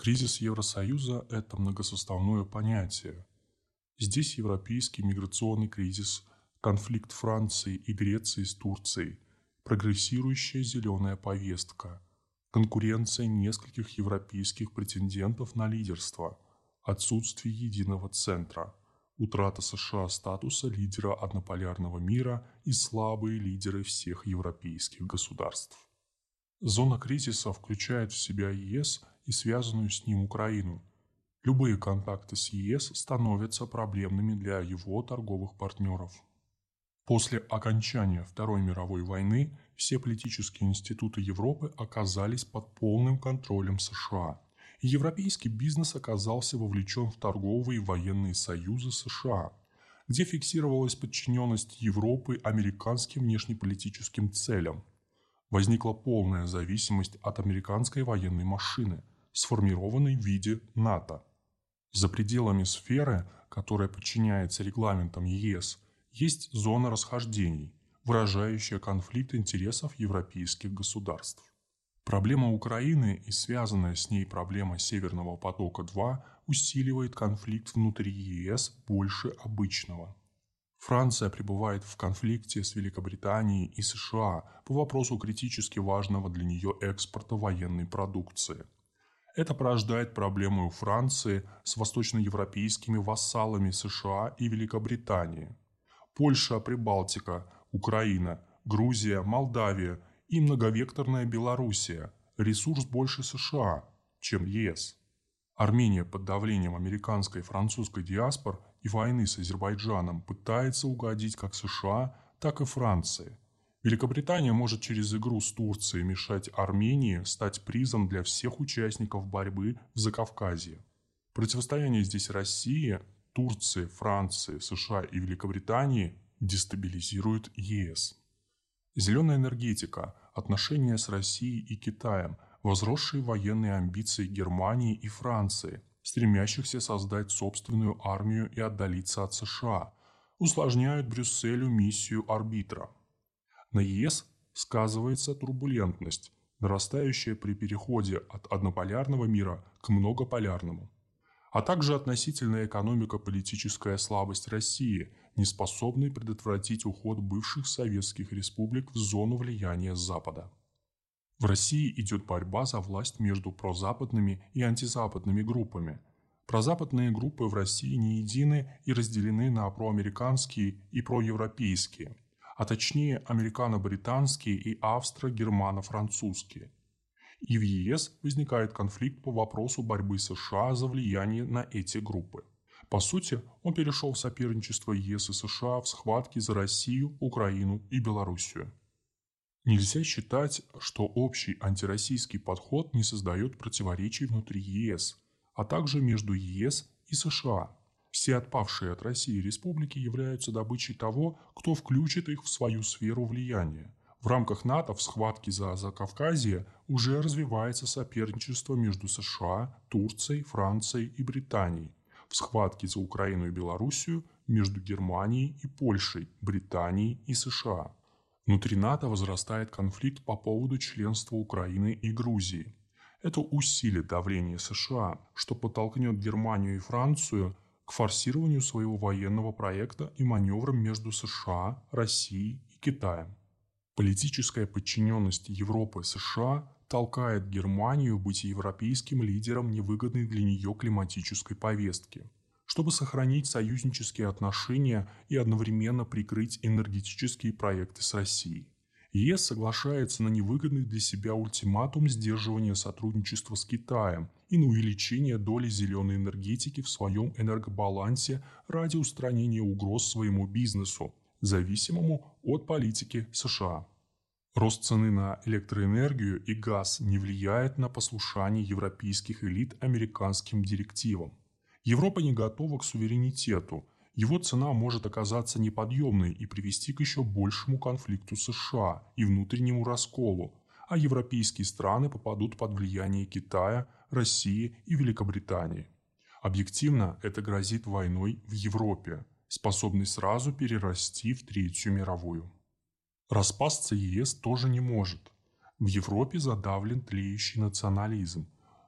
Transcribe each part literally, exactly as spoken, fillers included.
Кризис Евросоюза – это многосоставное понятие. Здесь европейский миграционный кризис, конфликт Франции и Греции с Турцией, прогрессирующая зеленая повестка, конкуренция нескольких европейских претендентов на лидерство, отсутствие единого центра, утрата США статуса лидера однополярного мира и слабые лидеры всех европейских государств. Зона кризиса включает в себя ЕС и связанную с ним Украину. Любые контакты с ЕС становятся проблемными для его торговых партнеров. После окончания Второй мировой войны все политические институты Европы оказались под полным контролем США, и европейский бизнес оказался вовлечен в торговые и военные союзы США, где фиксировалась подчиненность Европы американским внешнеполитическим целям. Возникла полная зависимость от американской военной машины, сформированной в виде НАТО. За пределами сферы, которая подчиняется регламентам ЕС, есть зона расхождений, выражающая конфликт интересов европейских государств. Проблема Украины и связанная с ней проблема Северного потока-два усиливает конфликт внутри ЕС больше обычного. Франция пребывает в конфликте с Великобританией и США по вопросу критически важного для нее экспорта военной продукции. Это порождает проблемы у Франции с восточноевропейскими вассалами США и Великобритании. Польша, Прибалтика, Украина, Грузия, Молдавия и многовекторная Белоруссия – ресурс больше США, чем ЕС. Армения под давлением американской и французской диаспор и войны с Азербайджаном пытается угодить как США, так и Франции. Великобритания может через игру с Турцией мешать Армении стать призом для всех участников борьбы в Закавказье. Противостояние здесь России, Турции, Франции, США и Великобритании дестабилизирует ЕС. Зеленая энергетика, отношения с Россией и Китаем, возросшие военные амбиции Германии и Франции, стремящихся создать собственную армию и отдалиться от США, усложняют Брюсселю миссию арбитра. На ЕС сказывается турбулентность, нарастающая при переходе от однополярного мира к многополярному, а также относительная экономико-политическая слабость России, не способной предотвратить уход бывших советских республик в зону влияния Запада. В России идет борьба за власть между прозападными и антизападными группами. Прозападные группы в России не едины и разделены на проамериканские и проевропейские, а точнее американо-британские и австро-германо-французские. И в ЕС возникает конфликт по вопросу борьбы США за влияние на эти группы. По сути, он перешел в соперничество ЕС и США в схватке за Россию, Украину и Белоруссию. Нельзя считать, что общий антироссийский подход не создает противоречий внутри ЕС, а также между ЕС и США. Все отпавшие от России республики являются добычей того, кто включит их в свою сферу влияния. В рамках НАТО в схватке за Закавказье уже развивается соперничество между США, Турцией, Францией и Британией. В схватке за Украину и Белоруссию между Германией и Польшей, Британией и США. Внутри НАТО возрастает конфликт по поводу членства Украины и Грузии. Это усилит давление США, что подтолкнет Германию и Францию к форсированию своего военного проекта и маневрам между США, Россией и Китаем. Политическая подчиненность Европы США толкает Германию быть европейским лидером невыгодной для нее климатической повестки, чтобы сохранить союзнические отношения и одновременно прикрыть энергетические проекты с Россией. ЕС соглашается на невыгодный для себя ультиматум сдерживания сотрудничества с Китаем и на увеличение доли зеленой энергетики в своем энергобалансе ради устранения угроз своему бизнесу, зависимому от политики США. Рост цены на электроэнергию и газ не влияет на послушание европейских элит американским директивам. Европа не готова к суверенитету, его цена может оказаться неподъемной и привести к еще большему конфликту США и внутреннему расколу, а европейские страны попадут под влияние Китая, России и Великобритании. Объективно это грозит войной в Европе, способной сразу перерасти в Третью мировую. Распасться ЕС тоже не может. В Европе задавлен тлеющий национализм.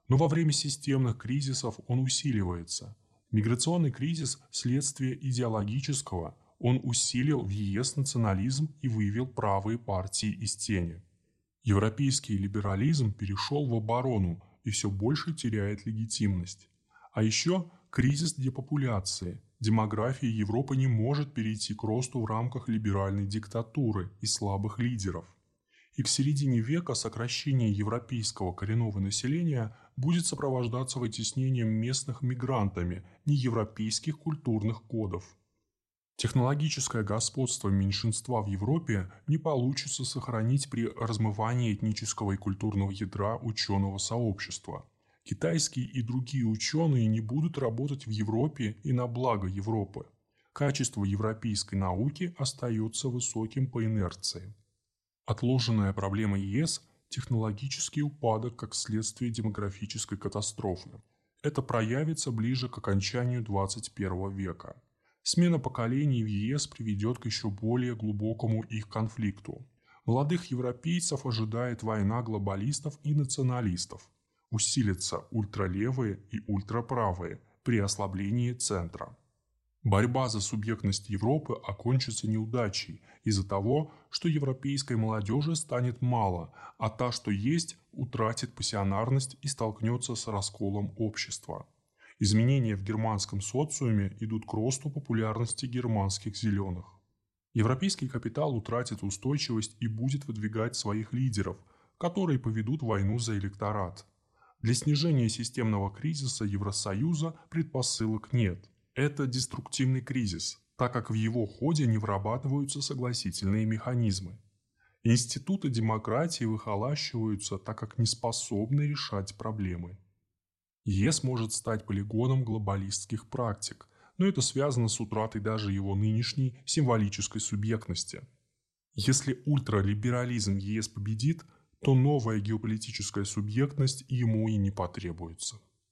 Но во время системных кризисов он усиливается. Миграционный кризис – следствие идеологического, он усилил в ЕС национализм и вывел правые партии из тени. Европейский либерализм перешел в оборону и все больше теряет легитимность. А еще кризис депопуляции. Демография Европы не может перейти к росту в рамках либеральной диктатуры и слабых лидеров. И к середине века сокращение европейского коренного населения будет сопровождаться вытеснением местных мигрантами неевропейских культурных кодов. Технологическое господство меньшинства в Европе не получится сохранить при размывании этнического и культурного ядра ученого сообщества. Китайские и другие ученые не будут работать в Европе и на благо Европы. Качество европейской науки остается высоким по инерции. Отложенная проблема ЕС – технологический упадок как следствие демографической катастрофы. Это проявится ближе к окончанию двадцать первого века. Смена поколений в ЕС приведет к еще более глубокому их конфликту. Молодых европейцев ожидает война глобалистов и националистов. Усилятся ультралевые и ультраправые при ослаблении центра. Борьба за субъектность Европы окончится неудачей из-за того, что европейской молодежи станет мало, а та, что есть, утратит пассионарность и столкнется с расколом общества. Изменения в германском социуме идут к росту популярности германских зеленых. Европейский капитал утратит устойчивость и будет выдвигать своих лидеров, которые поведут войну за электорат. Для снижения системного кризиса Евросоюза предпосылок нет. Это деструктивный кризис, так как в его ходе не вырабатываются согласительные механизмы. Институты демократии выхолащиваются, так как не способны решать проблемы. ЕС может стать полигоном глобалистских практик, но это связано с утратой даже его нынешней символической субъектности. Если ультралиберализм ЕС победит, то новая геополитическая субъектность ему и не потребуется.